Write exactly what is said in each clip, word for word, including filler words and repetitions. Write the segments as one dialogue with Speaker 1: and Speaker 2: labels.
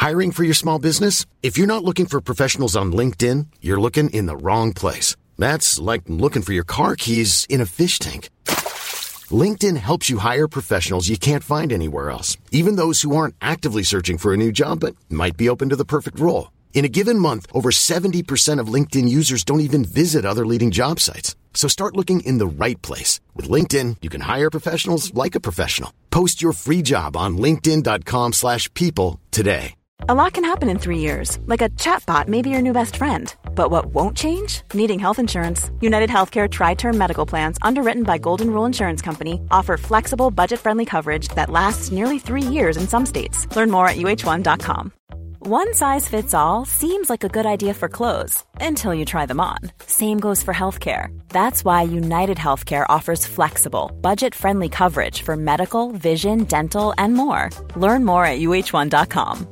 Speaker 1: Hiring for your small business? If you're not looking for professionals on LinkedIn, you're looking in the wrong place. That's like looking for your car keys in a fish tank. LinkedIn helps you hire professionals you can't find anywhere else, even those who aren't actively searching for a new job but might be open to the perfect role. In a given month, over seventy percent of LinkedIn users don't even visit other leading job sites. So start looking in the right place. With LinkedIn, you can hire professionals like a professional. Post your free job on linkedin dot com slash people today.
Speaker 2: A lot can happen in three years, like a chatbot may be your new best friend. But what won't change? Needing health insurance. United Healthcare Tri-Term Medical Plans, underwritten by Golden Rule Insurance Company, offer flexible, budget-friendly coverage that lasts nearly three years in some states. Learn more at U H one dot com. One size fits all seems like a good idea for clothes until you try them on. Same goes for healthcare. That's why United Healthcare offers flexible, budget-friendly coverage for medical, vision, dental, and more. Learn more at U H one dot com.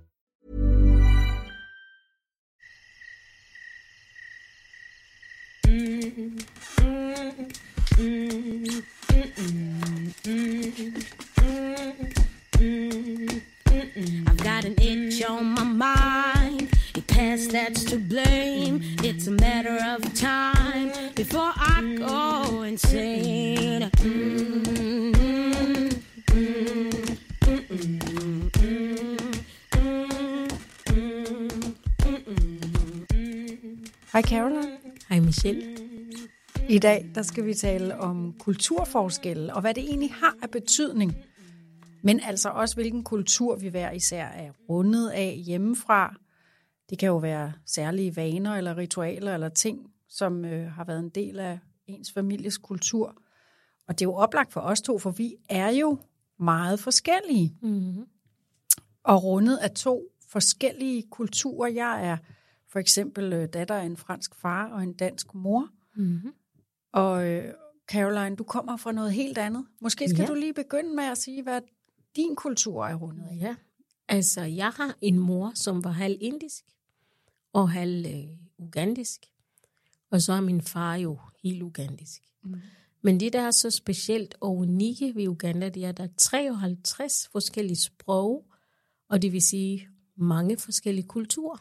Speaker 3: I've got an itch on my mind. Your past that's to blame. It's a matter of time before I go insane.
Speaker 4: Hej Caroline.
Speaker 3: Hej Michelle.
Speaker 4: I dag der skal vi tale om kulturforskelle og hvad det egentlig har af betydning. Men altså også hvilken kultur vi hver især er rundet af hjemmefra. Det kan jo være særlige vaner eller ritualer eller ting, som øh, har været en del af ens families kultur. Og det er jo oplagt for os to, for vi er jo meget forskellige. Mm-hmm. Og rundet af to forskellige kulturer. Jeg er for eksempel øh, datter af en fransk far og en dansk mor. Mm-hmm. Og øh, Caroline, du kommer fra noget helt andet. Måske skal ja. du lige begynde med at sige, hvad din kultur er rundet af.
Speaker 3: Ja, altså jeg har en mor, som var halv indisk og halv øh, ugandisk. Og så er min far jo helt ugandisk. Mm. Men det, der er så specielt og unikke ved Uganda, det er, at der er treoghalvtreds forskellige sprog, og det vil sige mange forskellige kulturer.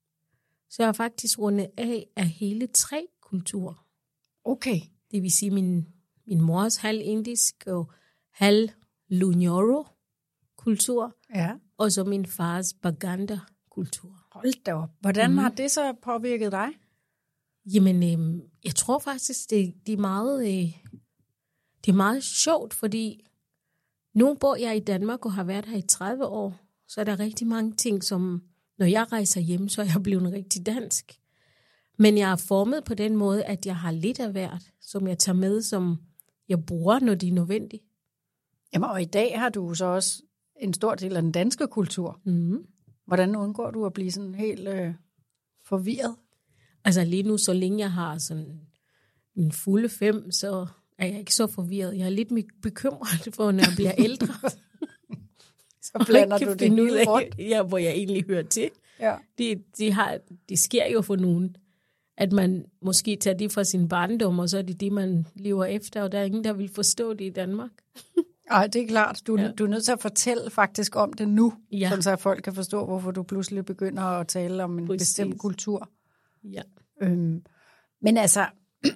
Speaker 3: Så jeg er faktisk rundet af af hele tre kulturer.
Speaker 4: Okay.
Speaker 3: Det vil sige min, min mors halv indisk og halv Lunyoro kultur,
Speaker 4: ja.
Speaker 3: Og så min fars Baganda-kultur.
Speaker 4: Hold da op. Hvordan mm. har det så påvirket dig?
Speaker 3: Jamen, øh, jeg tror faktisk, det, det, er meget, øh, det er meget sjovt, fordi nu bor jeg i Danmark og har været her i tredive år, så er der rigtig mange ting, som når jeg rejser hjem, så er jeg blevet rigtig dansk. Men jeg er formet på den måde, at jeg har lidt af hvert, som jeg tager med, som jeg bruger, når det er nødvendigt.
Speaker 4: Jamen, og i dag har du så også en stor del af den danske kultur.
Speaker 3: Mm-hmm.
Speaker 4: Hvordan undgår du at blive sådan helt øh, forvirret?
Speaker 3: Altså lige nu, så længe jeg har sådan en fulde fem, så er jeg ikke så forvirret. Jeg er lidt bekymret for, når jeg bliver ældre.
Speaker 4: Så blander du det hele rundt.
Speaker 3: Ja, hvor jeg egentlig hører til.
Speaker 4: Ja.
Speaker 3: Det, de har, det sker jo for nogen, at man måske tager det fra sin barndom, og så er det det, man lever efter, og der er ingen, der vil forstå det i Danmark.
Speaker 4: Ej, det er klart. Du, ja. du er nødt til at fortælle faktisk om det nu,
Speaker 3: ja.
Speaker 4: sådan så at folk kan forstå, hvorfor du pludselig begynder at tale om en Præcis. bestemt kultur.
Speaker 3: Ja.
Speaker 4: Øhm, men altså,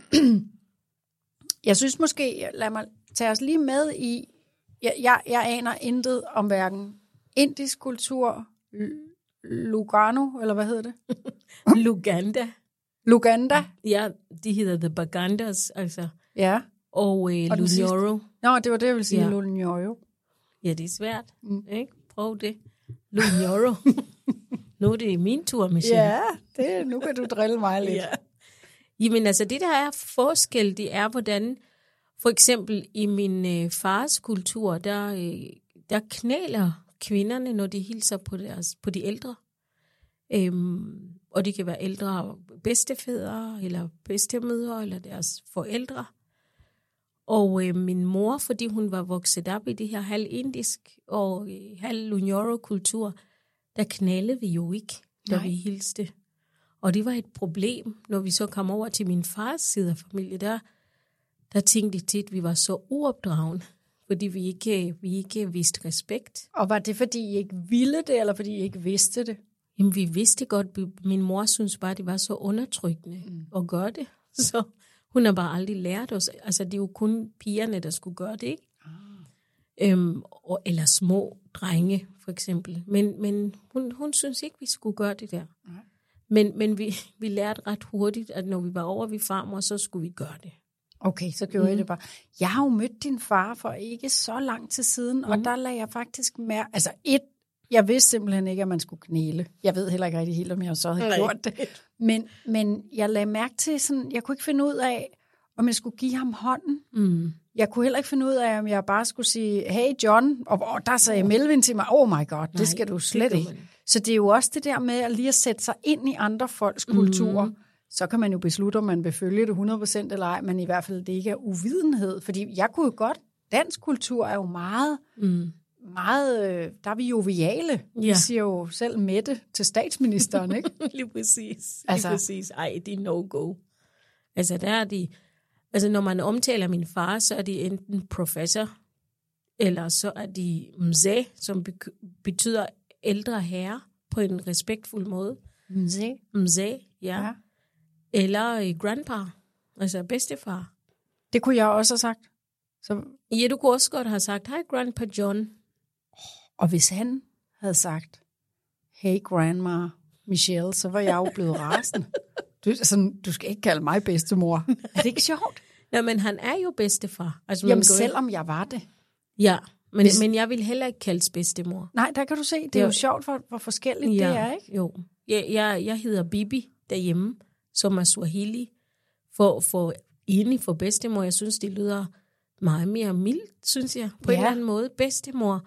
Speaker 4: jeg synes måske, lad mig tage os lige med i, jeg, jeg, jeg aner intet om hverken indisk kultur, Lugano, eller hvad hedder det?
Speaker 3: Luganda.
Speaker 4: Luganda?
Speaker 3: Ja, de hedder The Bagandas, altså.
Speaker 4: Ja.
Speaker 3: Og, øh, og Lunyoro.
Speaker 4: Nå, det var det, jeg ville sige,
Speaker 3: ja.
Speaker 4: Lunyoro.
Speaker 3: Ja, det er svært. Mm. Ikke? Prøv det. Lunyoro. Nu er det min tur, Michelle.
Speaker 4: Ja, det, nu kan du drille mig lidt.
Speaker 3: Ja. Jamen altså, det der er forskel, det er, hvordan for eksempel i min øh, fars kultur, der, øh, der knæler kvinderne, når de hilser på, deres, på de ældre. Øhm, og det kan være ældre bedstefædre, eller bedstemødre, eller deres forældre. Og øh, min mor, fordi hun var vokset op i det her halv indisk og øh, halv Lunyoro-kultur, der knælede vi jo ikke, da Nej. vi hilste. Og det var et problem, når vi så kom over til min fars side af familie. Der, der tænkte de tit, at vi var så uopdragende. fordi vi ikke, vi ikke vidste respekt.
Speaker 4: Og var det, fordi I ikke ville det, eller fordi I ikke vidste det?
Speaker 3: Jamen, vi vidste godt. Min mor synes bare, det var så undertrykkende mm. at gøre det. Så hun har bare aldrig lært os. Altså, det er jo kun pigerne, der skulle gøre det, ikke? Ah. Øhm, og, eller små drenge, for eksempel. Men, men hun, hun synes ikke, vi skulle gøre det der. Ah. Men, men vi, vi lærte ret hurtigt, at når vi var over ved farmor, så skulle vi gøre det.
Speaker 4: Okay, så gjorde mm. jeg det bare. Jeg har jo mødt din far for ikke så lang tid siden, mm. og der lagde jeg faktisk mærke... Altså et, jeg vidste simpelthen ikke, at man skulle knæle. Jeg ved heller ikke rigtig helt, om jeg så havde Nej. gjort det. Men, men jeg lagde mærke til sådan... Jeg kunne ikke finde ud af, om jeg skulle give ham hånden. Mm. Jeg kunne heller ikke finde ud af, om jeg bare skulle sige, hey John, og, og der sagde Melvin til mig, oh my god, det skal du slet ikke. Så det er jo også det der med at lige at sætte sig ind i andre folks kulturer. Mm. Så kan man jo beslutte, om man vil følge det hundrede procent eller ej, men i hvert fald det ikke er uvidenhed. Fordi jeg kunne jo godt, dansk kultur er jo meget, mm. meget, der er vi joviale. Ja. Vi siger jo selv Mette til statsministeren, ikke?
Speaker 3: Lige præcis. Lige altså, præcis. Ej, det er no-go. Altså, der er de, altså, når man omtaler min far, så er de enten professor, eller så er de mze, som betyder ældre herre på en respektfuld måde.
Speaker 4: Mze?
Speaker 3: Mze, ja. ja. Eller grandpa, altså bedstefar.
Speaker 4: Det kunne jeg også have sagt. Så...
Speaker 3: Ja, du kunne også godt have sagt, hej grandpa John.
Speaker 4: Og hvis han havde sagt, hey grandma Michelle, så var jeg jo blevet rasende. Du, altså, du skal ikke kalde mig bedstemor. Er det ikke sjovt?
Speaker 3: Nej, men han er jo bedstefar. Altså,
Speaker 4: Jamen selvom jeg var det.
Speaker 3: Ja, men, hvis... men jeg vil heller ikke kaldes bedstemor.
Speaker 4: Nej, der kan du se, det er jo, jo sjovt, hvor, hvor forskelligt ja, det er, ikke?
Speaker 3: Jo, jeg, jeg, jeg hedder Bibi derhjemme, som er Swahili, for, for enig for bedstemor. Jeg synes, det lyder meget mere mildt, synes jeg, på ja. en eller anden måde. Bedstemor,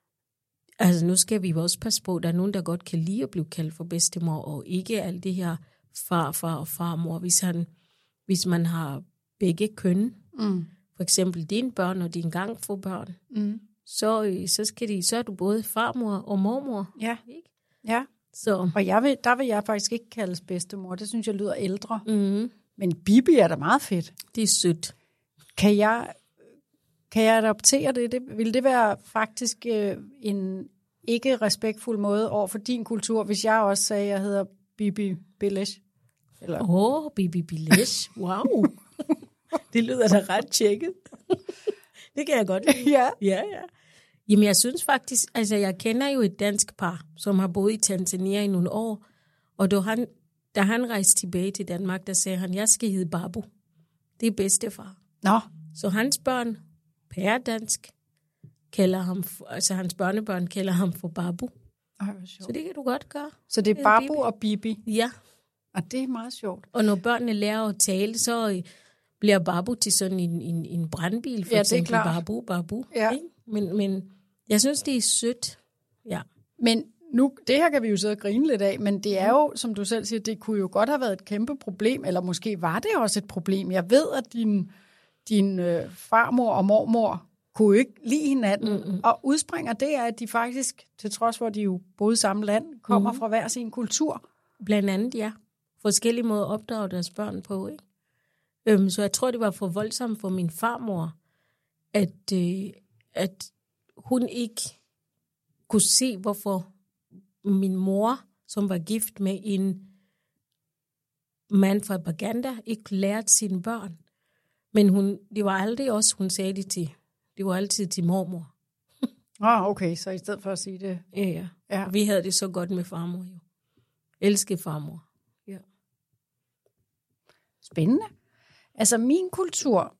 Speaker 3: altså nu skal vi også passe på, der er nogen, der godt kan lide at blive kaldt for bedstemor, og ikke alt det her farfar og farmor, hvis, han, hvis man har begge køn. Mm. For eksempel dine børn, og din gang får børn, mm. så, så, skal de, så er du både farmor og mormor.
Speaker 4: Ja,
Speaker 3: ikke?
Speaker 4: Ja. Så. Og jeg vil, der vil jeg faktisk ikke kaldes bedstemor. Det synes jeg lyder ældre. Mm. Men Bibi er da meget fedt.
Speaker 3: Det er sødt.
Speaker 4: Kan jeg, kan jeg adoptere det? det? Vil det være faktisk øh, en ikke respektfuld måde over for din kultur, hvis jeg også sagde, at jeg hedder Bibi Belesh?
Speaker 3: Åh, oh, Bibi Belesh. Wow. Det lyder da ret tjekket. Det kan jeg godt lide.
Speaker 4: Ja.
Speaker 3: Ja, ja. Jamen, jeg synes faktisk, altså jeg kender jo et dansk par, som har boet i Tanzania i nogle år, og da han, da han rejste tilbage til Danmark, der sagde han, jeg skal hedde Babu. Det er bedstefar.
Speaker 4: Nå.
Speaker 3: Så hans børn, pæredansk, kalder ham, altså hans børnebørn kalder ham for Babu.
Speaker 4: Ej, hvor sjovt.
Speaker 3: Så det kan du godt gøre.
Speaker 4: Så det er Babu Bibi. Og Bibi?
Speaker 3: Ja.
Speaker 4: Og det er meget sjovt.
Speaker 3: Og når børnene lærer at tale, så bliver Babu til sådan en, en, en brandbil, for
Speaker 4: ja,
Speaker 3: eksempel.
Speaker 4: Det er klart.
Speaker 3: Babu, Babu.
Speaker 4: Ja.
Speaker 3: Ikke? Men, men jeg synes, det er sødt. Ja.
Speaker 4: Men nu, det her kan vi jo sidde og grine lidt af, men det er jo, som du selv siger, det kunne jo godt have været et kæmpe problem, eller måske var det også et problem. Jeg ved, at din, din øh, farmor og mormor kunne ikke lide hinanden, mm-hmm. og udspringer det er, at de faktisk, til trods for, at de jo boede i samme land, kommer mm-hmm. fra hver sin kultur.
Speaker 3: Blandt andet, ja. Forskellige måder at opdrage deres børn på, ikke? Øhm, så jeg tror, det var for voldsomt for min farmor, at, øh, at hun ikke kunne se, hvorfor min mor, som var gift med en mand fra Baganda, ikke lærte sine børn. Men hun, det var aldrig os, hun sagde det til. Det var altid til mormor.
Speaker 4: Ah, okay, så i stedet for at sige det.
Speaker 3: Ja, ja. ja. Vi havde det så godt med farmor, jo. Elskede farmor. Ja.
Speaker 4: Spændende. Altså min kultur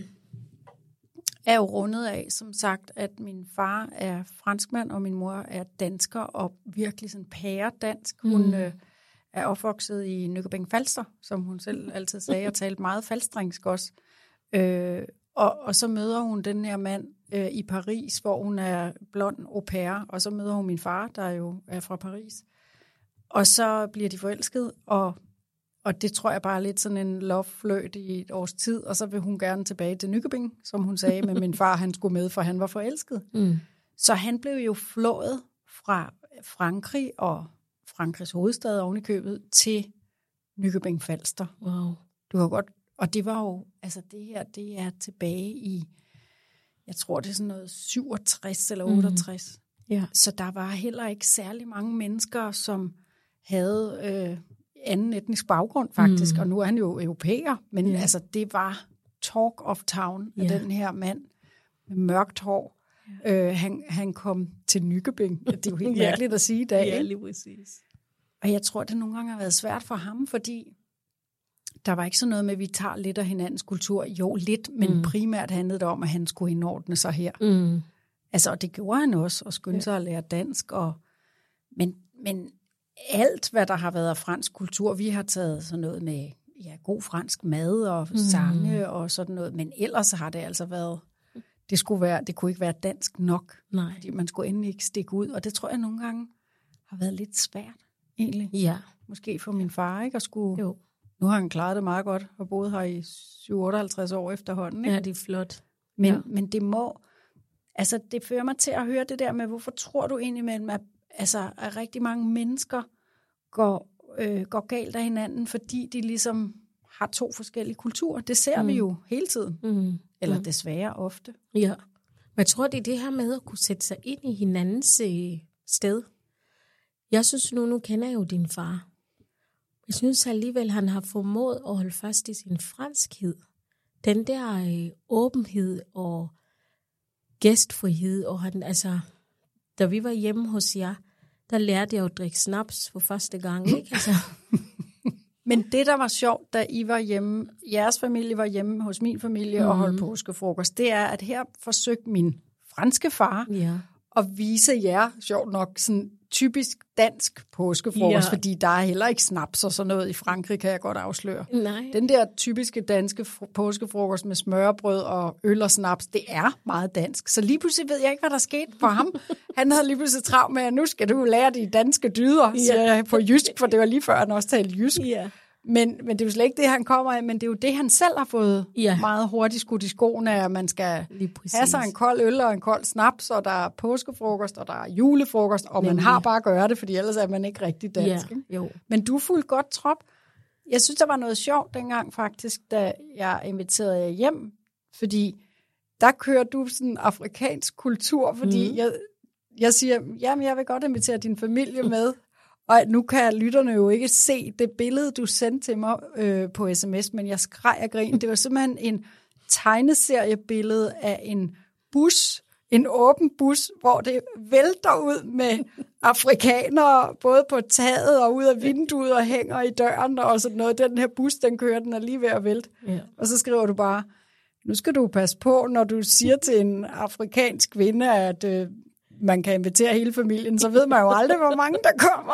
Speaker 4: er jo rundet af, som sagt, at min far er franskmand, og min mor er dansker, og virkelig sådan pæredansk. Hun mm. øh, er opvokset i Nykøbing Falster, som hun selv altid sagde, og talte meget falstringsk også. Øh, og, og så møder hun den her mand øh, i Paris, hvor hun er blond au pair, og så møder hun min far, der jo er fra Paris. Og så bliver de forelsket, og Og det tror jeg bare er lidt sådan en love-fløjt i et års tid, og så vil hun gerne tilbage til Nykøbing, som hun sagde, men min far han skulle med, for han var forelsket. Mm. Så han blev jo flået fra Frankrig og Frankrigs hovedstad oven i købet til Nykøbing Falster.
Speaker 3: Wow.
Speaker 4: Du har godt, og det var jo, altså det her, det er tilbage i, jeg tror det er sådan noget syvogtres eller otteogtres.
Speaker 3: Mm. Ja.
Speaker 4: Så der var heller ikke særlig mange mennesker, som havde øh, anden etnisk baggrund faktisk, mm. og nu er han jo europæer, men ja. altså det var talk of town af ja. den her mand med mørkt hår. Ja. Øh, han, han kom til Nykøbing. Det er jo helt ja. mærkeligt at sige i dag.
Speaker 3: Ja, lige præcis.
Speaker 4: Og jeg tror, det nogle gange har været svært for ham, fordi der var ikke sådan noget med, at vi tager lidt af hinandens kultur. Jo, lidt, men mm. primært handlede det om, at han skulle indordne sig her. Mm. Altså, og det gjorde han også, og skyndte sig ja. at lære dansk. Og, men, men alt, hvad der har været af fransk kultur, vi har taget sådan noget med ja, god fransk mad og mm. sange og sådan noget, men ellers har det altså været, det skulle være, det kunne ikke være dansk nok,
Speaker 3: Nej.
Speaker 4: fordi man skulle endelig ikke stikke ud, og det tror jeg nogle gange har været lidt svært, egentlig.
Speaker 3: Ja.
Speaker 4: Måske for min far, ikke, at skulle...
Speaker 3: Jo.
Speaker 4: Nu har han klaret det meget godt, og boet her i syv otteoghalvtreds år efterhånden, ikke?
Speaker 3: Ja, det er flot.
Speaker 4: Men,
Speaker 3: ja.
Speaker 4: men det må, altså det fører mig til at høre det der med, hvorfor tror du egentlig mellem, at, altså, at rigtig mange mennesker går, øh, går galt af hinanden, fordi de ligesom har to forskellige kulturer. Det ser mm. vi jo hele tiden. Mm. Eller mm. desværre ofte.
Speaker 3: Ja. Men jeg tror, det er det her med at kunne sætte sig ind i hinandens øh, sted. Jeg synes nu, nu kender jeg jo din far. Jeg synes alligevel, han har formået at holde fast i sin franskhed. Den der øh, åbenhed og gæstfrihed. Og han, altså, da vi var hjemme hos jer, der lærte jeg at drikke snaps for første gang. Ikke? Altså.
Speaker 4: Men det, der var sjovt, da I var hjemme, jeres familie var hjemme hos min familie mm. og holdt påskefrokost, det er, at her forsøgte min franske far
Speaker 3: ja.
Speaker 4: at vise jer, sjovt nok, sådan typisk dansk påskefrokost, ja. fordi der er heller ikke snaps og sådan noget i Frankrig, kan jeg godt afsløre.
Speaker 3: Nej.
Speaker 4: Den der typiske danske påskefrokost med smørbrød og øl og snaps, det er meget dansk. Så lige pludselig ved jeg ikke, hvad der skete for ham. Han havde lige pludselig travlt med, at nu skal du lære de danske dyder, ja. siger jeg på jysk, for det var lige før, han også talte jysk.
Speaker 3: Ja.
Speaker 4: Men, men det er jo slet ikke det, han kommer af, men det er jo det, han selv har fået ja. meget hurtigt skudt i skoene, at man skal have sig en kold øl og en kold snaps, og der er påskefrokost, og der er julefrokost, og Nemlig. man har bare at gøre det, fordi ellers er man ikke rigtig dansk.
Speaker 3: Ja, jo.
Speaker 4: Men du er fuldt godt trop. Jeg synes, der var noget sjovt dengang faktisk, da jeg inviterede jer hjem, fordi der kører du sådan afrikansk kultur, fordi mm. jeg, jeg siger, jamen jeg vil godt invitere din familie med. Og nu kan lytterne jo ikke se det billede, du sendte til mig øh, på sms, men jeg skreg og grin. Det var simpelthen en tegneseriebillede af en bus, en åben bus, hvor det vælter ud med afrikanere, både på taget og ud af vinduet og hænger i døren og sådan noget. Den her bus, den kører, den er lige ved at vælte. Ja. Og så skriver du bare, nu skal du passe på, når du siger til en afrikansk kvinde, at... Øh, man kan invitere hele familien, så ved man jo aldrig, hvor mange der kommer.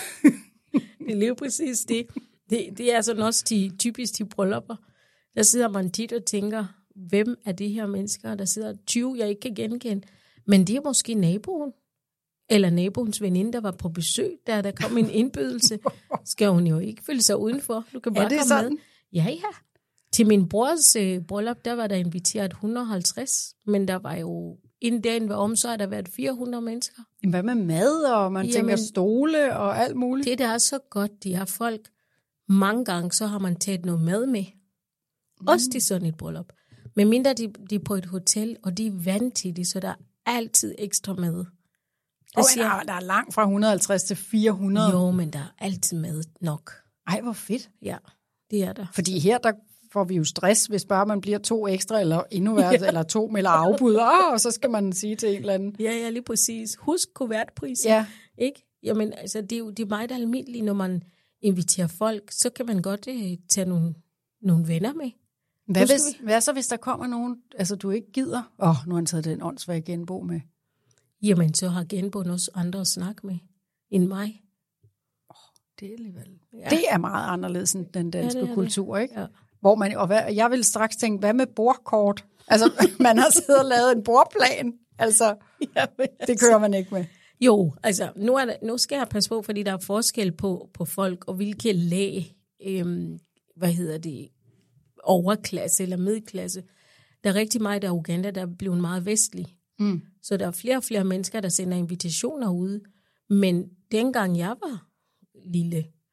Speaker 3: Det er lige præcis det. Det, det er sådan også de, typisk de bryllupper. Der sidder man tit og tænker, hvem er de her mennesker? Der sidder tyve, jeg ikke kan genkende. Men det er måske naboen. Eller naboens veninde, der var på besøg, der der kom en indbydelse. Skal hun jo ikke føle sig udenfor. Du kan bare
Speaker 4: ja, det er
Speaker 3: komme
Speaker 4: sådan.
Speaker 3: med. Ja, ja. Til min brors øh, bryllup, der var der inviteret et hundrede og halvtreds, men der var jo... Inden dagen var om, så har der været fire hundrede mennesker.
Speaker 4: Hvad med mad, og man Jamen, tænker stole og alt muligt?
Speaker 3: Det der er så godt, de har folk. Mange gange, så har man taget noget mad med. Mm. Også til sådan et bryllup. Men mindre de, de er på et hotel, og de er vant til det, så der er altid ekstra mad. Der,
Speaker 4: oh, siger, der, der er langt fra et hundrede og halvtreds til fire hundrede.
Speaker 3: Jo, men der er altid mad nok.
Speaker 4: Ej, hvor fedt.
Speaker 3: Ja, det er der.
Speaker 4: Fordi her, der får vi jo stress, hvis bare man bliver to ekstra, eller endnu værre, ja. eller to med eller afbud, oh, og så skal man sige til en eller anden.
Speaker 3: Ja, ja, lige præcis. Husk kuvertprisen.
Speaker 4: Ja.
Speaker 3: Ikke? Jamen, altså, det er jo det er meget almindeligt, når man inviterer folk, så kan man godt eh, tage nogle, nogle venner med.
Speaker 4: Hvad, hvis, hvad så, hvis der kommer nogen, altså du ikke gider? Åh, oh, nu har han taget den åndssvage genbo med.
Speaker 3: Jamen, så har genboen også andre at snakke med end mig.
Speaker 4: Oh, det er alligevel... Ja. Det er meget anderledes end den danske ja, kultur,
Speaker 3: det.
Speaker 4: ikke?
Speaker 3: Ja.
Speaker 4: Hvor man, og hvad, jeg vil straks tænke, hvad med bordkort? Altså, man har siddet og lavet en bordplan. Altså, ja, det kører man ikke med.
Speaker 3: Jo, altså, nu, er der, nu skal jeg passe på, fordi der er forskel på, på folk, og hvilke lag, øhm, hvad hedder det, overklasse eller middelklasse. Der er rigtig meget af Uganda, der er blevet meget vestlig. Mm. Så der er flere og flere mennesker, der sender invitationer ud. Men dengang jeg var lille,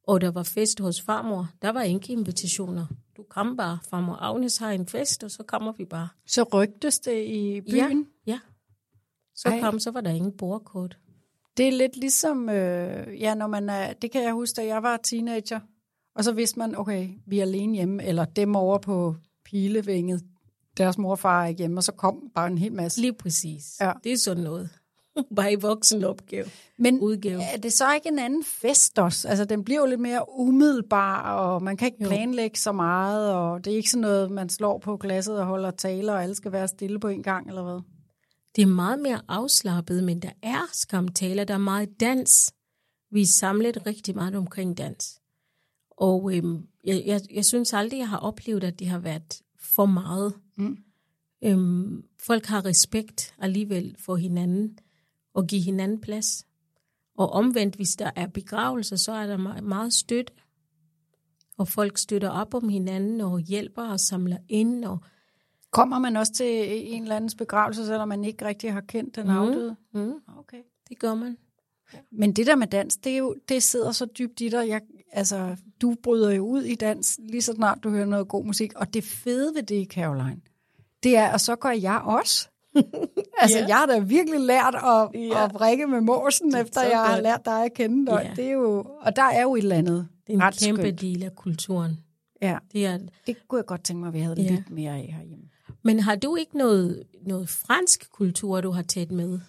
Speaker 3: og der var fest hos farmor. Der var ikke invitationer. Du kom bare, farmor Agnes har en fest, og så kommer vi bare.
Speaker 4: Så rygtes det i byen?
Speaker 3: Ja, ja. Så kom, så var der ingen bordkort.
Speaker 4: Det er lidt ligesom, øh, ja, når man er, det kan jeg huske, da jeg var teenager, og så vidste man, okay, vi er alene hjemme, eller dem over på Pilevænget, deres mor og far er ikke hjemme, og så kom bare en hel masse.
Speaker 3: Lige præcis.
Speaker 4: Ja.
Speaker 3: Det er sådan noget. Bare i voksen opgave.
Speaker 4: Men
Speaker 3: udgave.
Speaker 4: Er det så ikke en anden fest også? Altså, den bliver jo lidt mere umiddelbar, og man kan ikke planlægge så meget, og det er ikke sådan noget, man slår på glasset og holder taler, og alle skal være stille på en gang, eller hvad?
Speaker 3: Det er meget mere afslappet, men der er skamtaler, der er meget dans. Vi er samlet rigtig meget omkring dans. Og øhm, jeg, jeg, jeg synes aldrig, jeg har oplevet, at det har været for meget. Mm. Øhm, folk har respekt alligevel for hinanden, og give hinanden plads. Og omvendt, hvis der er begravelser, så er der meget, meget støtte. Og folk støtter op om hinanden, og hjælper og samler ind, og
Speaker 4: kommer man også til en eller andens begravelse, selvom man ikke rigtig har kendt den afdøde?
Speaker 3: Mm. Mm.
Speaker 4: Okay.
Speaker 3: Det gør man.
Speaker 4: Men det der med dans, det, er jo, det sidder så dybt i dig. Jeg, altså, du bryder jo ud i dans, lige så snart du hører noget god musik. Og det fede ved det, Caroline, det er, og så gør jeg også. altså, yeah. jeg har da virkelig lært at, yeah. at vrikke med måsen, efter jeg har lært dig at kende. Og, yeah. det er jo, og der er jo et eller andet.
Speaker 3: Det er en kæmpe skønt. Del af kulturen.
Speaker 4: Ja,
Speaker 3: det, er,
Speaker 4: det kunne jeg godt tænke mig, at vi havde yeah. lidt mere af herhjemme.
Speaker 3: Men har du ikke noget, noget fransk kultur, du har taget med?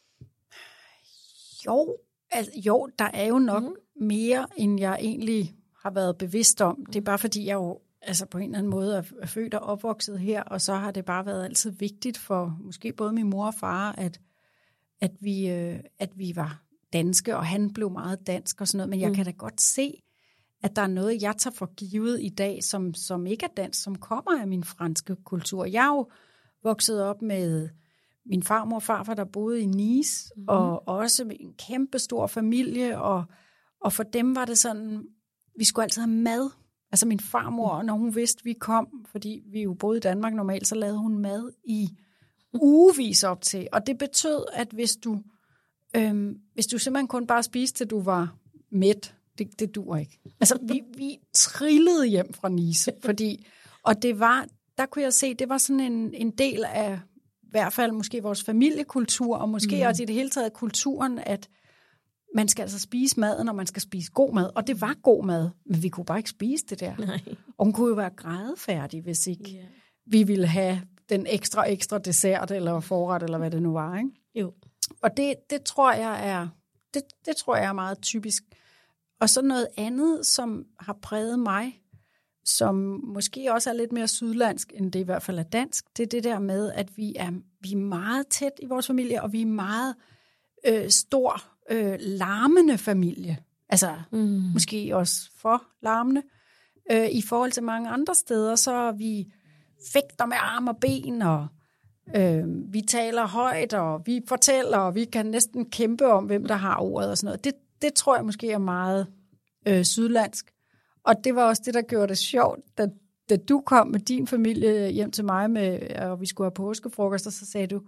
Speaker 4: Jo, altså, jo, der er jo nok mm. mere, end jeg egentlig har været bevidst om. Det er bare fordi, jeg jo altså på en eller anden måde er født og opvokset her, og så har det bare været altid vigtigt for måske både min mor og far, at, at, vi, øh, at vi var danske, og han blev meget dansk og sådan noget. Men jeg mm. kan da godt se, at der er noget, jeg tager for givet i dag, som, som ikke er dansk, som kommer af min franske kultur. Jeg er jo vokset op med min farmor og farfar, der boede i Nice, mm-hmm. og også med en kæmpe stor familie, og, og for dem var det sådan, vi skulle altid have mad. Altså min farmor, når hun vidste, vi kom, fordi vi jo boede i Danmark normalt, så lavede hun mad i ugevis op til. Og det betød, at hvis du, øhm, hvis du simpelthen kun bare spiste, til du var mæt, det, det dur ikke. Altså vi, vi trillede hjem fra Nice, fordi, og det var, der kunne jeg se, det var sådan en, en del af, i hvert fald måske vores familiekultur, og måske mm. også i det hele taget kulturen, at man skal altså spise maden, og man skal spise god mad. Og det var god mad, men vi kunne bare ikke spise det der.
Speaker 3: Nej.
Speaker 4: Og hun kunne jo være grædefærdig, hvis ikke
Speaker 3: yeah.
Speaker 4: vi ville have den ekstra, ekstra dessert, eller forret, eller hvad det nu var. Ikke?
Speaker 3: Jo.
Speaker 4: Og det, det, tror jeg er, det, det tror jeg er meget typisk. Og så noget andet, som har præget mig, som måske også er lidt mere sydlandsk, end det i hvert fald er dansk, det er det der med, at vi er, vi er meget tæt i vores familie, og vi er meget øh, stor, øh, larmende familie. Altså mm. måske også for larmende. Øh, I forhold til mange andre steder, så er vi fægter med arm og ben, og øh, vi taler højt, og vi fortæller, og vi kan næsten kæmpe om, hvem der har ordet og sådan noget. Det, det tror jeg måske er meget øh, sydlandsk. Og det var også det, der gjorde det sjovt, da, da du kom med din familie hjem til mig, med, og vi skulle have påskefrokost, og så sagde du,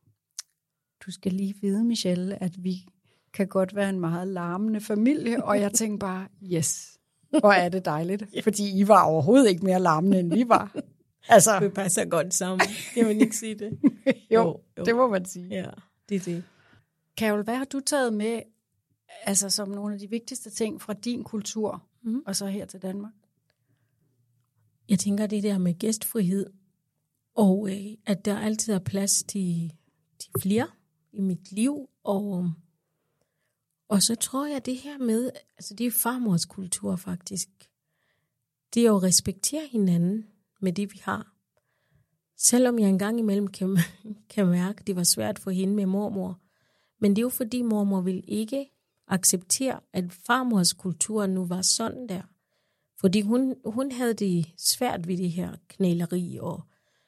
Speaker 4: du skal lige vide, Michelle, at vi kan godt være en meget larmende familie, og jeg tænkte bare, yes, hvor er det dejligt, fordi I var overhovedet ikke mere larmende, end vi var.
Speaker 3: Altså, vi passer godt sammen, kan man ikke sige det?
Speaker 4: jo, jo, jo, det må man sige.
Speaker 3: Ja, det er det.
Speaker 4: Carol, hvad har du taget med, altså som nogle af de vigtigste ting fra din kultur, mm. og så her til Danmark?
Speaker 3: Jeg tænker, det der med gæstfrihed, og øh, at der altid er plads til, til flere i mit liv, og, og så tror jeg, det her med, altså det er farmors kultur faktisk, det er at respektere hinanden med det, vi har. Selvom jeg engang imellem kan, kan mærke, det var svært for hende med mormor, men det er jo fordi mormor vil ikke acceptere, at farmors kultur nu var sådan der. Fordi hun, hun havde det svært ved det her knæleri, og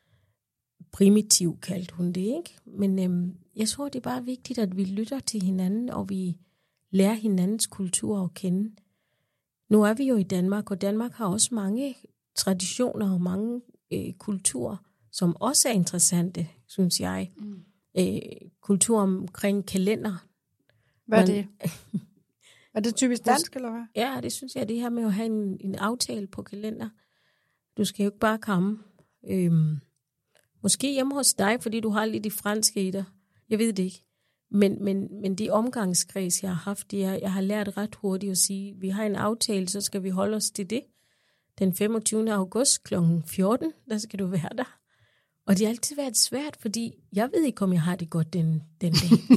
Speaker 3: primitiv kaldte hun det, ikke? Men øhm, jeg tror, det er bare vigtigt, at vi lytter til hinanden, og vi lærer hinandens kultur at kende. Nu er vi jo i Danmark, og Danmark har også mange traditioner og mange øh, kulturer, som også er interessante, synes jeg. Mm. Øh, kultur omkring kalender.
Speaker 4: Hvad er det? Er det typisk dansk, eller hvad?
Speaker 3: Ja, det synes jeg, det her med at have en, en aftale på kalender. Du skal jo ikke bare komme. Øhm, måske hjemme hos dig, fordi du har lidt de franske i dig. Jeg ved det ikke. Men, men, men de omgangskreds, jeg har haft, de er, jeg har lært ret hurtigt at sige, vi har en aftale, så skal vi holde os til det. Den femogtyvende august klokken fjorten, der skal du være der. Og det har altid været svært, fordi jeg ved ikke, om jeg har det godt den, den dag.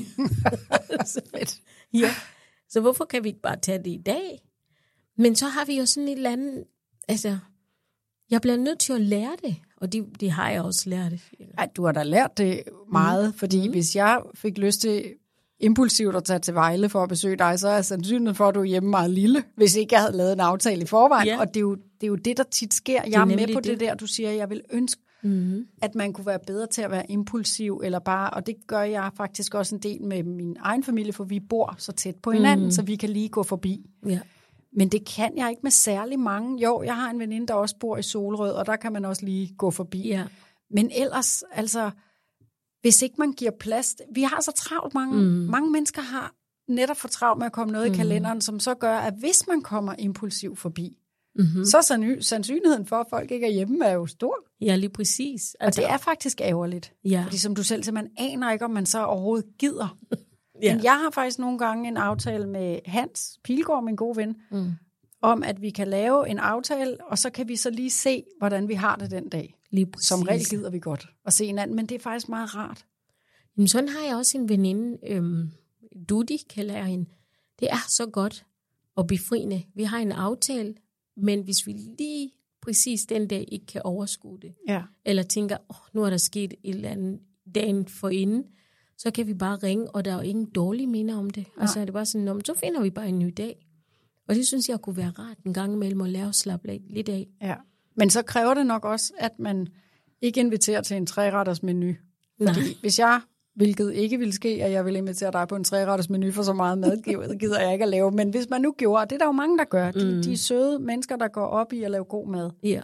Speaker 3: Så fedt. Ja. Så hvorfor kan vi ikke bare tage det i dag? Men så har vi jo sådan et eller andet, altså, jeg bliver nødt til at lære det, og det, det har jeg også lært.
Speaker 4: Ej, du har da lært det meget, mm. fordi mm. hvis jeg fik lyst til impulsivt at tage til Vejle for at besøge dig, så er sandsynligheden for, at du er hjemme meget lille, hvis ikke jeg havde lavet en aftale i forvejen. Ja. Og det er, jo, det er jo det, der tit sker. Jeg er, er med på det. det der, du siger, jeg vil ønske, mm. at man kunne være bedre til at være impulsiv, eller bare, og det gør jeg faktisk også en del med min egen familie, for vi bor så tæt på hinanden, mm. så vi kan lige gå forbi. Ja. Men det kan jeg ikke med særlig mange. Jo, jeg har en veninde, der også bor i Solrød, og der kan man også lige gå forbi. Ja. Men ellers, altså, hvis ikke man giver plads, vi har så travlt, mange, mm. mange mennesker har netop for travlt med at komme noget mm. i kalenderen, som så gør, at hvis man kommer impulsivt forbi, mm-hmm. så er sandsynligheden for, at folk ikke er hjemme, er jo stor.
Speaker 3: Ja, lige præcis.
Speaker 4: Altså, og det er faktisk ærgerligt. Ja. Fordi som du selv siger, man aner ikke, om man så overhovedet gider. Ja. Men jeg har faktisk nogle gange en aftale med Hans Pilgaard, min gode ven, mm. om at vi kan lave en aftale, og så kan vi så lige se, hvordan vi har det den dag. Som regel gider vi godt at se hinanden, men det er faktisk meget rart.
Speaker 3: Jamen, sådan har jeg også en veninde, øhm, Dudi kalder jeg hende. Det er så godt og befriende. Vi har en aftale, men hvis vi lige præcis den dag ikke kan overskue det, ja. Eller tænker, oh, nu er der sket et eller andet dagen forinden, så kan vi bare ringe, og der er jo ingen dårlige minder om det. Altså er det bare sådan, så finder vi bare en ny dag. Og det synes jeg kunne være rart en gang imellem at lave slappe lidt af. Ja.
Speaker 4: Men så kræver det nok også, at man ikke inviterer til en treretters menu. Fordi Nej. Hvis jeg, hvilket ikke ville ske, at jeg ville invitere dig på en treretters menu for så meget mad, gider jeg ikke at lave. Men hvis man nu gjorde, det er der jo mange, der gør. De, mm. de søde mennesker, der går op i at lave god mad. Ja.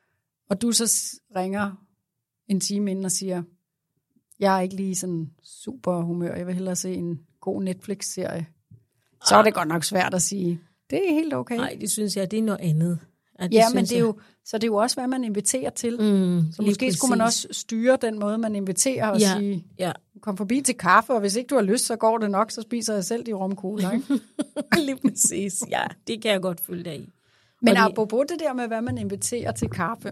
Speaker 4: Og du så ringer en time inden og siger, jeg er ikke lige sådan super humør, jeg vil hellere se en god Netflix-serie. Så er det godt nok svært at sige, det er helt okay.
Speaker 3: Nej, det synes jeg, det er noget andet.
Speaker 4: Det ja, men det er jo, så det er jo også, hvad man inviterer til. Mm, så måske præcis. Skulle man også styre den måde, man inviterer og ja, sige, ja. Kom forbi til kaffe, og hvis ikke du har lyst, så går det nok, så spiser jeg selv de romkugler, ikke?
Speaker 3: Lige præcis, ja, det kan jeg godt følge dig i.
Speaker 4: Men det... apropos det der med, hvad man inviterer til kaffe.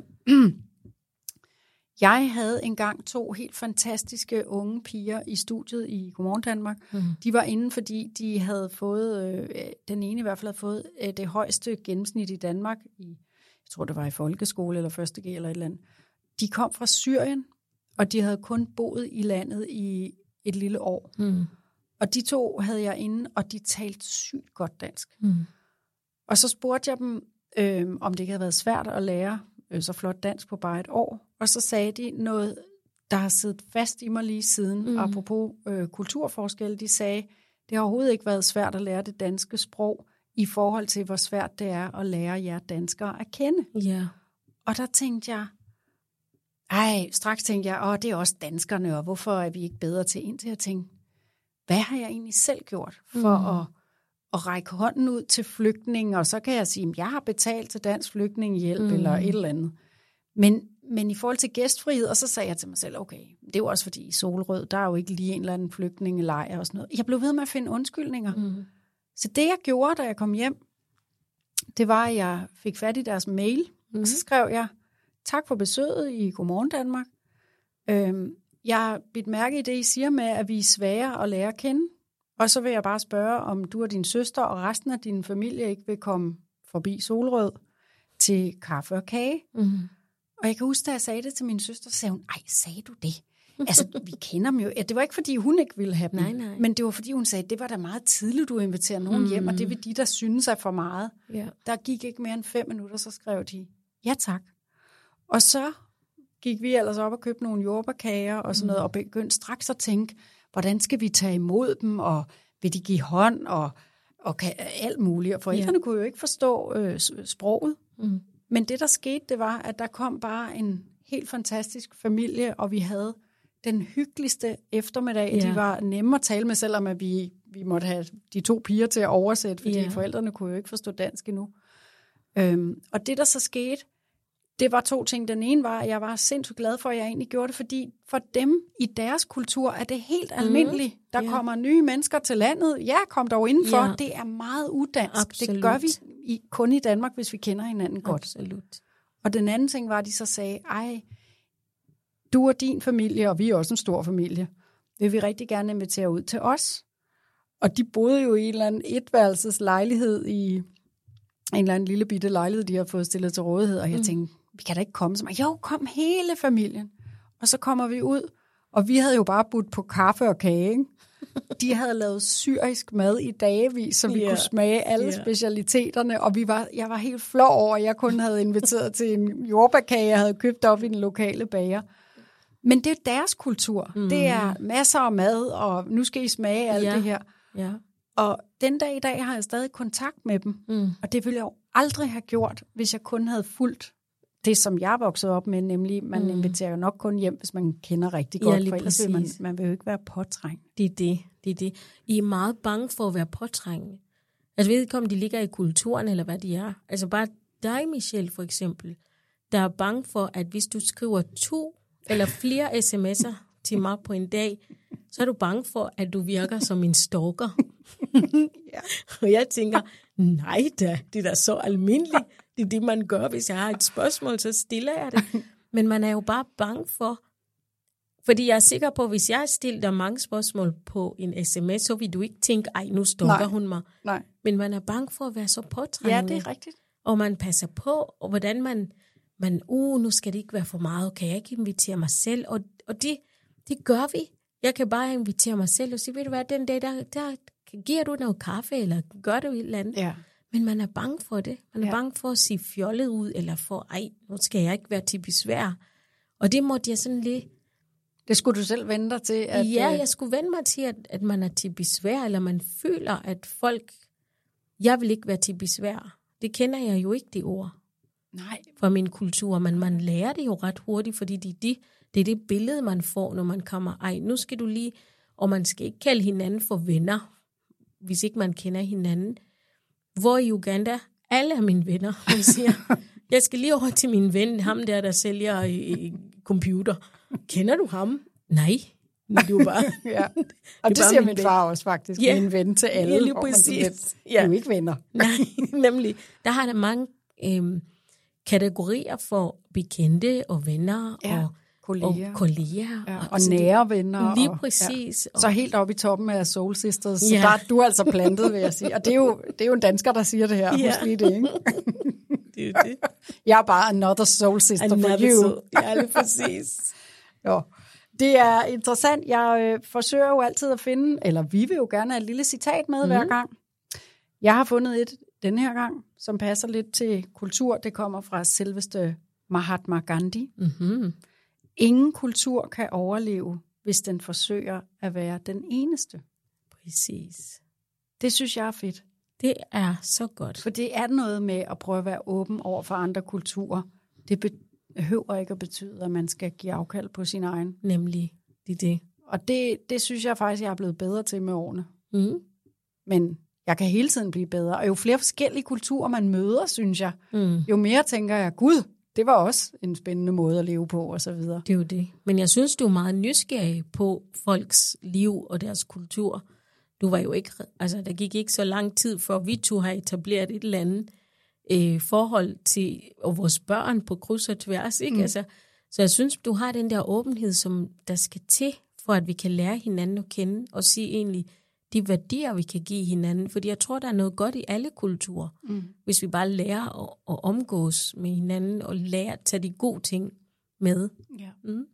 Speaker 4: Jeg havde engang to helt fantastiske unge piger i studiet i Godmorgen Danmark. Mm. De var inde, fordi de havde fået, øh, den ene i hvert fald havde fået øh, det højeste gennemsnit i Danmark. I, jeg tror, det var i folkeskole eller første G eller et eller andet. De kom fra Syrien, og de havde kun boet i landet i et lille år. Mm. Og de to havde jeg inde, og de talte sygt godt dansk. Mm. Og så spurgte jeg dem, øh, om det ikke havde været svært at lære øh, så flot dansk på bare et år. Og så sagde de noget, der har siddet fast i mig lige siden, mm. apropos øh, kulturforskel. De sagde, det har overhovedet ikke været svært at lære det danske sprog, i forhold til, hvor svært det er at lære jer danskere at kende. Yeah. Og der tænkte jeg, ej, straks tænkte jeg, åh, det er også danskerne, og hvorfor er vi ikke bedre til? Indtil jeg tænkte, hvad har jeg egentlig selv gjort for mm. at, at række hånden ud til flygtninge, og så kan jeg sige, at jeg har betalt til Dansk Flygtningehjælp, mm. eller et eller andet. Men, men i forhold til gæstfrihed, og så sagde jeg til mig selv, okay, det er jo også fordi i Solrød, der er jo ikke lige en eller anden flygtningelejr og sådan noget. Jeg blev ved med at finde undskyldninger. Mm. Så det jeg gjorde, da jeg kom hjem, det var, at jeg fik fat i deres mail, mm. og så skrev jeg, tak for besøget i Godmorgen Danmark. Øhm, jeg bidt mærke i det, I siger med, at vi er svære at lære at kende. Og så vil jeg bare spørge, om du og din søster og resten af din familie ikke vil komme forbi Solrød til kaffe og kage. Mm. Og jeg kan huske, da jeg sagde det til min søster, så sagde hun, ej, sagde du det? Altså, vi kender dem jo. Ja, det var ikke, fordi hun ikke ville have dem. Nej, nej. Men det var, fordi hun sagde, det var da meget tidligt, du inviterer nogen mm. hjem, og det vil de, der synes er for meget. Ja. Der gik ikke mere end fem minutter, så skrev de, ja tak. Og så gik vi ellers op og købte nogle jordbærkager og sådan noget, mm. og begyndte straks at tænke, hvordan skal vi tage imod dem, og vil de give hånd, og, og kan, alt muligt. Og forældrene ja. kunne jo ikke forstå øh, sproget. Mm. Men det, der skete, det var, at der kom bare en helt fantastisk familie, og vi havde den hyggeligste eftermiddag. Ja. De var nemme at tale med, selvom at vi, vi måtte have de to piger til at oversætte, fordi
Speaker 3: Ja.
Speaker 4: forældrene kunne jo ikke forstå dansk endnu. Øhm, og det, der så skete, det var to ting. Den ene var, at jeg var sindssygt glad for, at jeg egentlig gjorde det, fordi for dem i deres kultur er det helt almindeligt. Der
Speaker 3: Ja.
Speaker 4: kommer nye mennesker til landet. Ja, kom dog indenfor.
Speaker 3: Ja.
Speaker 4: Det er meget udansk.
Speaker 3: Absolut.
Speaker 4: Det gør vi i, kun i Danmark, hvis vi kender hinanden godt.
Speaker 3: Absolut.
Speaker 4: Og den anden ting var, at de så sagde, ej, du og din familie, og vi er også en stor familie, vil vi rigtig gerne invitere ud til os. Og de boede jo i en eller anden etværelses lejlighed i en eller anden lille bitte lejlighed, de har fået stillet til rådighed. Og jeg
Speaker 3: Mm.
Speaker 4: tænkte, vi kan da ikke komme så meget. Jo, kom hele familien. Og så kommer vi ud, og vi havde jo bare budt på kaffe og kage, ikke? De havde lavet syrisk mad i dagevis, så vi
Speaker 3: Ja.
Speaker 4: kunne smage alle
Speaker 3: Ja.
Speaker 4: specialiteterne, og vi var, jeg var helt flov over, at jeg kun havde inviteret til en jordbærkage, jeg havde købt op i den lokale bager. Men det er deres kultur. Mm. Det er masser af mad, og nu skal I smage alt
Speaker 3: Ja.
Speaker 4: det her.
Speaker 3: Ja.
Speaker 4: Og den dag i dag har jeg stadig kontakt med dem,
Speaker 3: Mm.
Speaker 4: og det ville jeg jo aldrig have gjort, hvis jeg kun havde fulgt det, som jeg voksede op med, nemlig man mm. inviterer jo nok kun hjem, hvis man kender rigtig
Speaker 3: Ja,
Speaker 4: godt,
Speaker 3: lige
Speaker 4: for ellers vil man,
Speaker 3: præcis.
Speaker 4: man vil jo ikke være påtrængt.
Speaker 3: Det er det, det er det. I er meget bange for at være påtrængende. Altså jeg ved ikke, om de ligger i kulturen, eller hvad de er. Altså bare dig, Michelle, for eksempel, der er bange for, at hvis du skriver to eller flere sms'er til mig på en dag, så er du bange for, at du virker som en stalker.
Speaker 4: Ja.
Speaker 3: Og jeg tænker, nej da, det er da så almindeligt. Det er det, man gør, hvis jeg har et spørgsmål, så stiller jeg det. Men man er jo bare bange for, fordi jeg er sikker på, at hvis jeg stiller dig mange spørgsmål på en sms, så vil du ikke tænke, ej, nu stalker
Speaker 4: Nej.
Speaker 3: hun mig.
Speaker 4: Nej.
Speaker 3: Men man er bange for at være så påtrængende.
Speaker 4: Ja, det er rigtigt.
Speaker 3: Og man passer på, og hvordan man, man uh, nu skal det ikke være for meget, kan jeg ikke invitere mig selv? Og, og det, det gør vi. Jeg kan bare invitere mig selv og sige, ved du hvad, den dag, der, der giver du noget kaffe, eller gør du et eller andet.
Speaker 4: Ja.
Speaker 3: Men man er bange for det. Man er
Speaker 4: Ja.
Speaker 3: bange for at sige fjollet ud, eller for, ej, nu skal jeg ikke være til besvær. Og det måtte jeg sådan lidt...
Speaker 4: Det skulle du selv vende dig til? At,
Speaker 3: Ja,
Speaker 4: øh,
Speaker 3: jeg skulle vende mig til, at, at man er til besvær, eller man føler, at folk... Jeg vil ikke være til besvær. Det kender jeg jo ikke, det ord,
Speaker 4: Nej.
Speaker 3: fra min kultur, men man lærer det jo ret hurtigt, fordi det er, de, det er det billede, man får, når man kommer. Ej, nu skal du lige... Og man skal ikke kalde hinanden for venner, hvis ikke man kender hinanden. Hvor i Uganda, alle er mine venner. Man siger, jeg skal lige over til min ven, ham der, der sælger øh, computer. Kender du ham? Nej. Men du er bare...
Speaker 4: Ja. Og
Speaker 3: Det
Speaker 4: det,
Speaker 3: er
Speaker 4: det
Speaker 3: bare
Speaker 4: siger
Speaker 3: min
Speaker 4: min
Speaker 3: ven.
Speaker 4: far også faktisk.
Speaker 3: Ja.
Speaker 4: Min ven til alle.
Speaker 3: Ja, lige
Speaker 4: hvor man
Speaker 3: præcis.
Speaker 4: sådan lidt,
Speaker 3: Ja.
Speaker 4: Vi er jo ikke venner.
Speaker 3: Nej, nemlig. Der har der mange øhm, kategorier for bekendte og venner
Speaker 4: Ja,
Speaker 3: og
Speaker 4: kolleger.
Speaker 3: Og, kolleger,
Speaker 4: Ja, og
Speaker 3: altså,
Speaker 4: nære venner.
Speaker 3: Lige
Speaker 4: og,
Speaker 3: præcis.
Speaker 4: Ja. Så helt oppe i toppen af Soul Sisters. Så
Speaker 3: Ja.
Speaker 4: der er du altså plantet, vil jeg sige. Og det er jo, det er jo en dansker, der siger det her.
Speaker 3: Ja.
Speaker 4: Husk lige det, ikke?
Speaker 3: det er jo det.
Speaker 4: Jeg er bare another Soul Sister for
Speaker 3: Another
Speaker 4: you.
Speaker 3: soul. Ja, lige præcis.
Speaker 4: Jo. Det er interessant. Jeg øh, forsøger jo altid at finde, eller vi vil jo gerne have et lille citat med mm. hver gang. Jeg har fundet et denne her gang, som passer lidt til kultur. Det kommer fra selveste Mahatma Gandhi.
Speaker 3: Mm-hmm.
Speaker 4: Ingen kultur kan overleve, hvis den forsøger at være den eneste.
Speaker 3: Præcis.
Speaker 4: Det synes jeg er fedt.
Speaker 3: Det er så godt.
Speaker 4: For det er noget med at prøve at være åben over for andre kulturer. Det behøver ikke at betyde, at man skal give afkald på sin egen.
Speaker 3: Nemlig, det er det.
Speaker 4: Og det, det synes jeg faktisk, jeg er blevet bedre til med årene.
Speaker 3: Mm.
Speaker 4: Men jeg kan hele tiden blive bedre. Og jo flere forskellige kulturer man møder, synes jeg,
Speaker 3: Mm.
Speaker 4: jo mere tænker jeg, gud, det var også en spændende måde at leve på, og så videre.
Speaker 3: Det er jo det. Men jeg synes, du er meget nysgerrig på folks liv og deres kultur. Du var jo ikke, altså der gik ikke så lang tid, før vi to har etableret et eller andet øh, forhold til og vores børn på kryds og tværs, ikke? Mm. Altså, så jeg synes, du har den der åbenhed, som der skal til, for at vi kan lære hinanden at kende, og sige egentlig de værdier, vi kan give hinanden. Fordi jeg tror, der er noget godt i alle kulturer, mm. hvis vi bare lærer at, at omgås med hinanden, og lære at tage de gode ting med.
Speaker 4: Ja.
Speaker 3: Mm.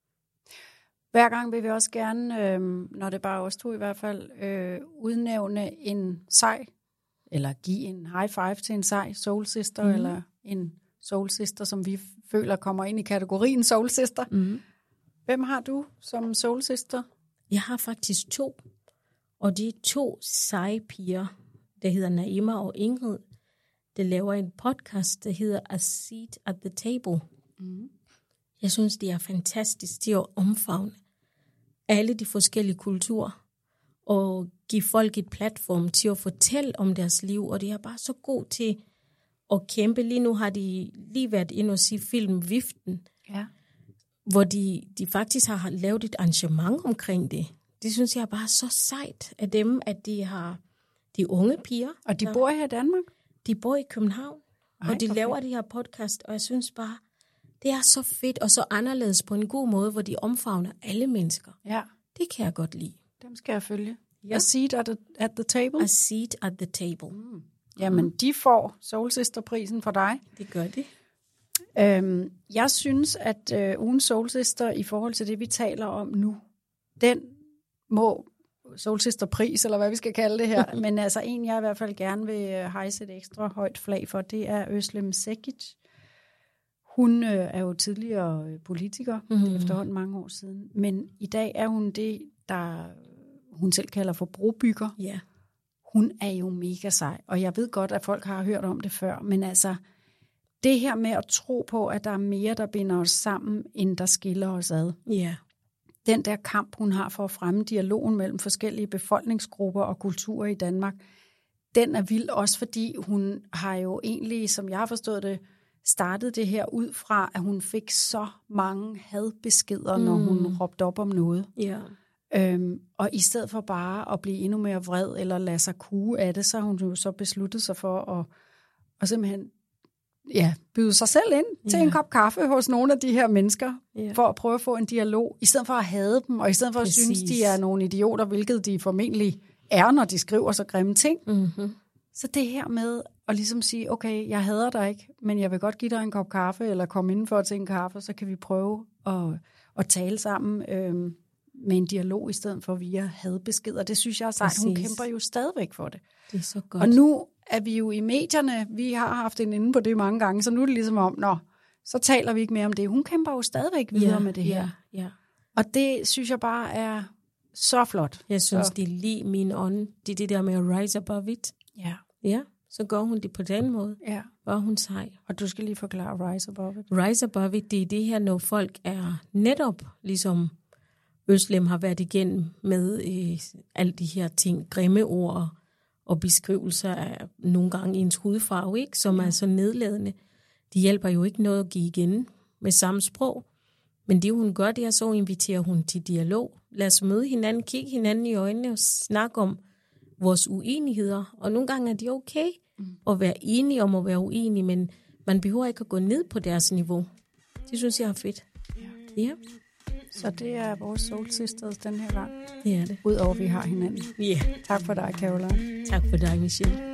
Speaker 4: Hver gang vil vi også gerne, øh, når det bare er os to i hvert fald, øh, udnævne en sej, eller give en high five til en sej soul sister, mm. eller en soul sister, som vi føler kommer ind i kategorien soul sister.
Speaker 3: Mm.
Speaker 4: Hvem har du som soul sister?
Speaker 3: Jeg har faktisk to, og de er to seje piger, der hedder Naima og Ingrid, der laver en podcast, der hedder A Seat at the Table.
Speaker 4: Mm.
Speaker 3: Jeg synes, det er fantastisk. De er omfavnet alle de forskellige kulturer, og give folk et platform til at fortælle om deres liv, og de er bare så god til at kæmpe. Lige nu har de lige været inde og sige film Viften,
Speaker 4: ja.
Speaker 3: hvor de, de faktisk har lavet et arrangement omkring det. Det synes jeg er bare så sejt af dem, at de har de unge piger.
Speaker 4: Og de
Speaker 3: der,
Speaker 4: bor her i Danmark?
Speaker 3: De bor i København, Ej, og de laver fedt. De her podcast, og jeg synes bare, det er så fedt og så anderledes på en god måde, hvor de omfavner alle mennesker.
Speaker 4: Ja.
Speaker 3: Det kan jeg godt lide.
Speaker 4: Dem skal jeg følge.
Speaker 3: Ja.
Speaker 4: A seat at the, at the table?
Speaker 3: A seat at the table. Mm.
Speaker 4: Jamen, de får Soul Sister-prisen for dig.
Speaker 3: Det gør de.
Speaker 4: Øhm, jeg synes, at øh, ugens Soul Sister, i forhold til det, vi taler om nu, den må Soul Sister-pris, eller hvad vi skal kalde det her, men altså en, jeg i hvert fald gerne vil hejse et ekstra højt flag for, det er Özlem Cekic. Hun øh, er jo tidligere politiker, mm-hmm. efterhånden mange år siden, men i dag er hun det, der hun selv kalder for brobygger.
Speaker 3: Ja.
Speaker 4: Hun er jo mega sej, og jeg ved godt, at folk har hørt om det før, men altså det her med at tro på, at der er mere, der binder os sammen, end der skiller os ad.
Speaker 3: Ja.
Speaker 4: Den der kamp, hun har for at fremme dialogen mellem forskellige befolkningsgrupper og kulturer i Danmark, den er vild også, fordi hun har jo egentlig, som jeg har forstået det, startet det her ud fra, at hun fik så mange hadbeskeder, mm. når hun råbte op om noget.
Speaker 3: Ja.
Speaker 4: Øhm, og i stedet for bare at blive endnu mere vred eller lade sig kue af det, så har hun jo så besluttet sig for at, at simpelthen ja, byde sig selv ind til
Speaker 3: ja.
Speaker 4: en kop kaffe hos nogle af de her mennesker,
Speaker 3: ja.
Speaker 4: for at prøve at få en dialog, i stedet for at hade dem, og i stedet for Præcis. At synes, de er nogle idioter, hvilket de formentlig er, når de skriver så grimme ting.
Speaker 3: Mm-hmm.
Speaker 4: Så det her med at ligesom sige, okay, jeg hader dig ikke, men jeg vil godt give dig en kop kaffe, eller komme indenfor til en kaffe, så kan vi prøve at, at tale sammen øhm, med en dialog, i stedet for via hadbeskeder. Det synes jeg er sejt. Hun kæmper jo stadigvæk for det.
Speaker 3: Det er så godt.
Speaker 4: Og nu er vi jo i medierne, vi har haft en inde på det mange gange, så nu er det ligesom om, nå, så taler vi ikke mere om det. Hun kæmper jo stadigvæk videre
Speaker 3: ja,
Speaker 4: med det her.
Speaker 3: Ja, ja.
Speaker 4: Og det synes jeg bare er så flot.
Speaker 3: Jeg synes,
Speaker 4: så.
Speaker 3: det er lige min ånd. Det er det der med at rise above it.
Speaker 4: Ja.
Speaker 3: Ja, så gør hun det på den måde.
Speaker 4: Ja.
Speaker 3: Hvor hun sej.
Speaker 4: Og du skal lige forklare rise above it.
Speaker 3: Rise above it, det er det her, når folk er netop, ligesom Özlem har været igennem med øh, alle de her ting, grimme ord og beskrivelser af nogle gange ens hudfarve, ikke, som ja. Er så nedladende. De hjælper jo ikke noget at give igen med samme sprog. Men det hun gør, det er, så inviterer hun til dialog. Lad os møde hinanden, kigge hinanden i øjnene og snakke om vores uenigheder. Og nogle gange er det okay mm. at være enige om at være uenige, men man behøver ikke at gå ned på deres niveau. Det synes jeg er fedt. Ja. Ja.
Speaker 4: Så det er vores Soul Sisters den her gang.
Speaker 3: Det er det.
Speaker 4: Udover vi har hinanden.
Speaker 3: Ja. Yeah.
Speaker 4: Tak for dig, Caroline.
Speaker 3: Tak for dig, Michelle.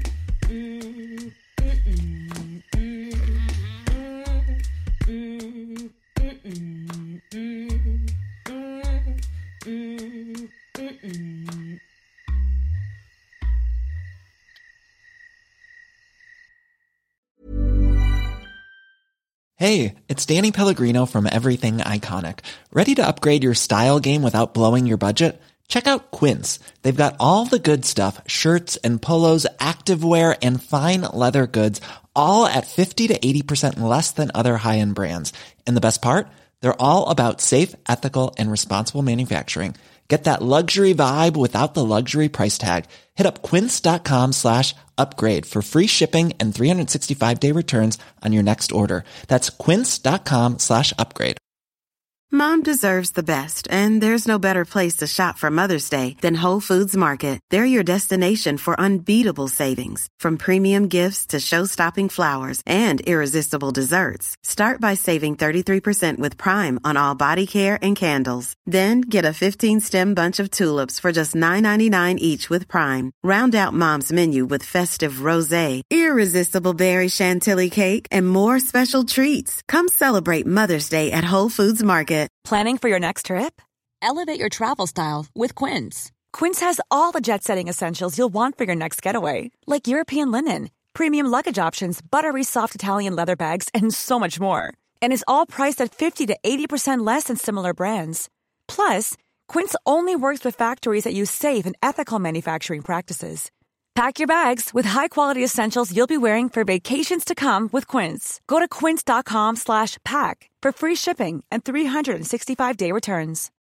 Speaker 5: Hey, it's Danny Pellegrino from Everything Iconic. Ready to upgrade your style game without blowing your budget? Check out Quince. They've got all the good stuff, shirts and polos, activewear, and fine leather goods, all at fifty to eighty percent less than other high-end brands. And the best part? They're all about safe, ethical, and responsible manufacturing. Get that luxury vibe without the luxury price tag. Hit up quince.com slash upgrade for free shipping and three sixty-five day returns on your next order. That's quince.com slash upgrade.
Speaker 6: Mom deserves the best, and there's no better place to shop for Mother's Day than Whole Foods Market. They're your destination for unbeatable savings, from premium gifts to show-stopping flowers and irresistible desserts. Start by saving thirty-three percent with Prime on all body care and candles. Then get a fifteen-stem bunch of tulips for just nine ninety-nine each with Prime. Round out Mom's menu with festive rosé, irresistible berry chantilly cake, and more special treats. Come celebrate Mother's Day at Whole Foods Market.
Speaker 7: Planning for your next trip? Elevate your travel style with Quince. Quince has all the jet-setting essentials you'll want for your next getaway, like European linen, premium luggage options, buttery soft Italian leather bags, and so much more. And is all priced at fifty to eighty percent less than similar brands. Plus, Quince only works with factories that use safe and ethical manufacturing practices. Pack your bags with high-quality essentials you'll be wearing for vacations to come with Quince. Go to quince.com slash pack for free shipping and three sixty-five day returns.